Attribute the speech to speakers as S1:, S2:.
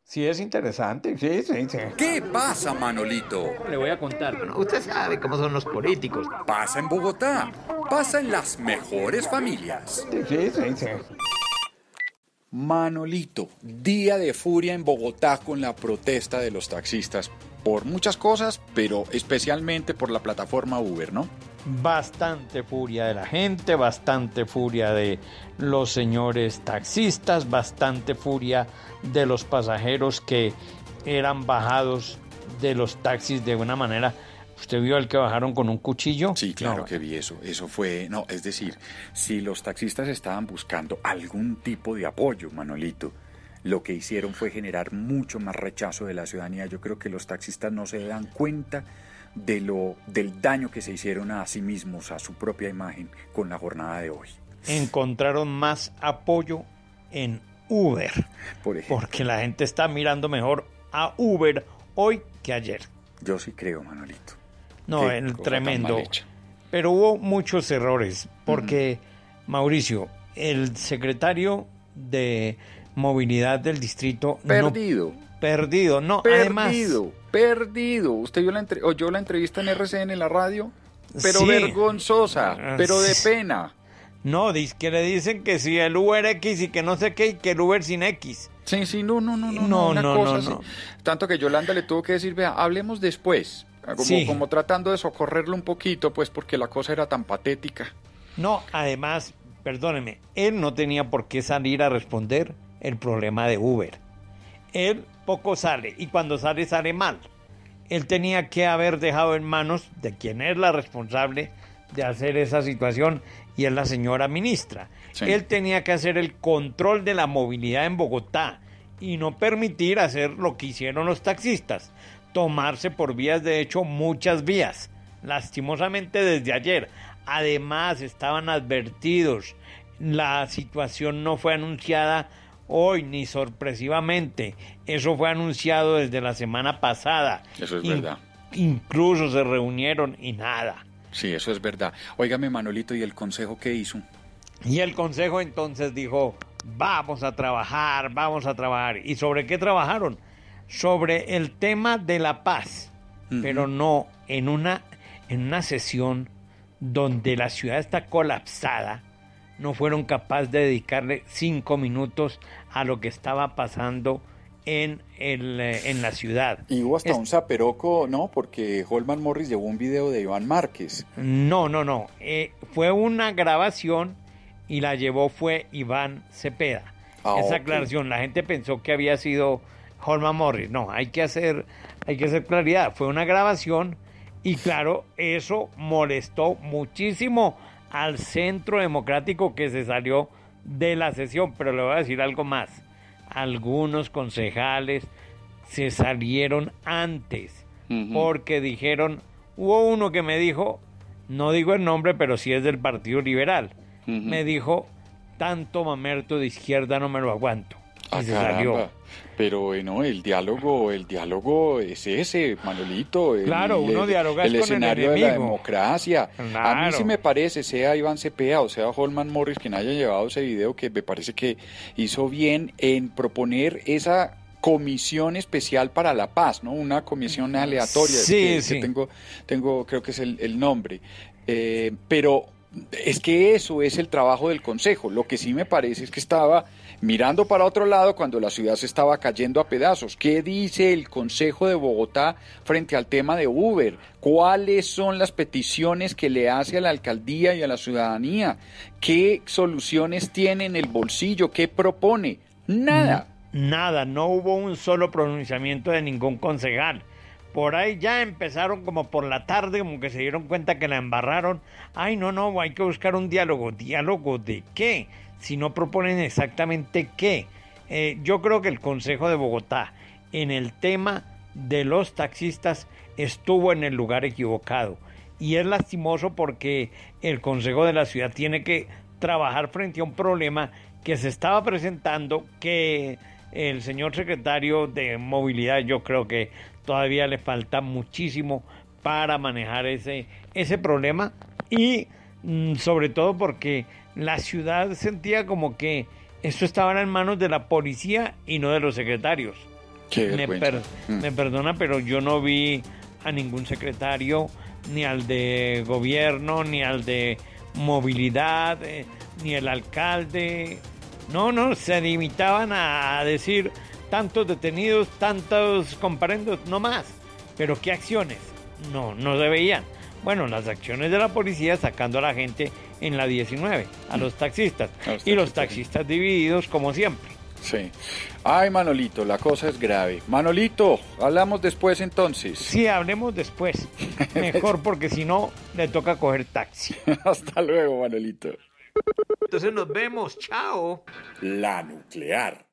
S1: Sí, es interesante, sí, sí, sí.
S2: ¿Qué pasa, Manolito?
S3: Le voy a contar. Bueno, usted sabe cómo son los políticos.
S2: Pasa en Bogotá. Pasa en las mejores familias.
S1: Sí, sí, sí, sí.
S2: Manolito, día de furia en Bogotá con la protesta de los taxistas. Por muchas cosas, pero especialmente por la plataforma Uber, ¿no?
S3: Bastante furia de la gente, bastante furia de los señores taxistas, bastante furia de los pasajeros que eran bajados de los taxis de una manera. ¿Usted vio al que bajaron con un cuchillo?
S2: Sí, claro
S3: No.
S2: que vi eso. Eso fue, no, es decir, si los taxistas estaban buscando algún tipo de apoyo, Manolito, lo que hicieron fue generar mucho más rechazo de la ciudadanía. Yo creo que los taxistas no se dan cuenta del daño que se hicieron a sí mismos, a su propia imagen, con la jornada de hoy.
S3: Encontraron más apoyo en Uber,
S2: Por ejemplo,
S3: porque la gente está mirando mejor a Uber hoy que ayer.
S2: yo sí creo, Manolito.
S3: No,
S2: Qué
S3: el
S2: cosa tan
S3: tremendo.
S2: mal hecha.
S3: Pero hubo muchos errores, porque Mauricio, el secretario de Movilidad del distrito...
S2: Perdido.
S3: Perdido, no, además...
S2: Perdido. Usted oyó la entrevista en RCN en la radio, pero
S3: Sí.
S2: vergonzosa, pero de pena.
S3: No, que le dicen que si el Uber X y que no sé qué, y que el Uber sin X.
S2: Sí, no,
S3: No,
S2: una
S3: no,
S2: cosa
S3: no,
S2: así.
S3: no.
S2: Tanto que Yolanda le tuvo que decir, vea, hablemos después,
S3: Sí.
S2: como tratando de socorrerlo un poquito, pues porque la cosa era tan patética.
S3: No, además, perdóneme, él no tenía por qué salir a responder el problema de Uber. Él poco sale y cuando sale, sale mal. Él tenía que haber dejado en manos de quien es la responsable de hacer esa situación y es la señora ministra.
S2: Sí.
S3: Él tenía que hacer el control de la movilidad en Bogotá y no permitir hacer lo que hicieron los taxistas, tomarse por vías de hecho muchas vías, lastimosamente desde ayer. Además estaban advertidos, la situación no fue anunciada hoy ni sorpresivamente, eso fue anunciado desde la semana pasada.
S2: Eso es verdad.
S3: Incluso se reunieron y nada.
S2: Sí, eso es verdad. Óigame, Manolito, ¿y el consejo qué hizo?
S3: Y el consejo entonces dijo, vamos a trabajar. ¿Y sobre qué trabajaron? Sobre el tema de la paz, pero no en una sesión donde la ciudad está colapsada, no fueron capaces de dedicarle 5 minutos a lo que estaba pasando en la ciudad.
S2: Y hubo hasta un zaperoco, ¿no? Porque Holman Morris llevó un video de Iván Márquez.
S3: No. Fue una grabación y la llevó fue Iván Cepeda. Esa
S2: Ok.
S3: aclaración, la gente pensó que había sido Holman Morris. No, hay que hacer claridad. Fue una grabación y claro, eso molestó muchísimo al Centro Democrático que se salió de la sesión. Pero le voy a decir algo más. Algunos concejales se salieron antes porque dijeron, hubo uno que me dijo, no digo el nombre, pero sí es del Partido Liberal, me dijo, tanto mamerto de izquierda no me lo aguanto. Y se salió.
S2: Pero bueno, el diálogo es ese, Manolito.
S3: Claro, uno dialoga
S2: el
S3: con el
S2: escenario de la
S3: enemigo.
S2: democracia.
S3: Claro.
S2: A mí sí me parece, sea Iván Cepeda o sea Holman Morris quien haya llevado ese video, que me parece que hizo bien en proponer esa comisión especial para la paz, ¿no? Una comisión aleatoria.
S3: Sí.
S2: Tengo, creo que es el nombre. Pero es que eso es el trabajo del Consejo. Lo que sí me parece es que estaba mirando para otro lado cuando la ciudad se estaba cayendo a pedazos. ¿Qué dice el Consejo de Bogotá frente al tema de Uber? ¿Cuáles son las peticiones que le hace a la alcaldía y a la ciudadanía? ¿Qué soluciones tiene en el bolsillo? ¿Qué propone? Nada.
S3: Nada, no hubo un solo pronunciamiento de ningún concejal. Por ahí ya empezaron como por la tarde, como que se dieron cuenta que la embarraron. Ay, no, hay que buscar un diálogo. ¿Diálogo de qué? Si no proponen exactamente qué. Yo creo que el Consejo de Bogotá, en el tema de los taxistas, estuvo en el lugar equivocado. Y es lastimoso porque el Consejo de la Ciudad tiene que trabajar frente a un problema que se estaba presentando, que el señor secretario de Movilidad, yo creo que todavía le falta muchísimo para manejar ese problema y sobre todo porque la ciudad sentía como que esto estaba en manos de la policía y no de los secretarios.
S2: Qué
S3: me,
S2: vergüenza.
S3: me perdona, pero yo no vi a ningún secretario, ni al de gobierno, ni al de movilidad, ni el alcalde. No, se limitaban a decir tantos detenidos, tantos comparendos, no más. Pero ¿qué acciones? No se veían. Bueno, las acciones de la policía sacando a la gente en la 19, a los taxistas. Y los taxistas divididos como siempre.
S2: Sí. Ay, Manolito, la cosa es grave. Manolito, hablamos después entonces.
S3: Sí, hablemos después. Mejor porque si no, le toca coger taxi.
S2: Hasta luego, Manolito.
S3: Entonces nos vemos, chao.
S4: La nuclear.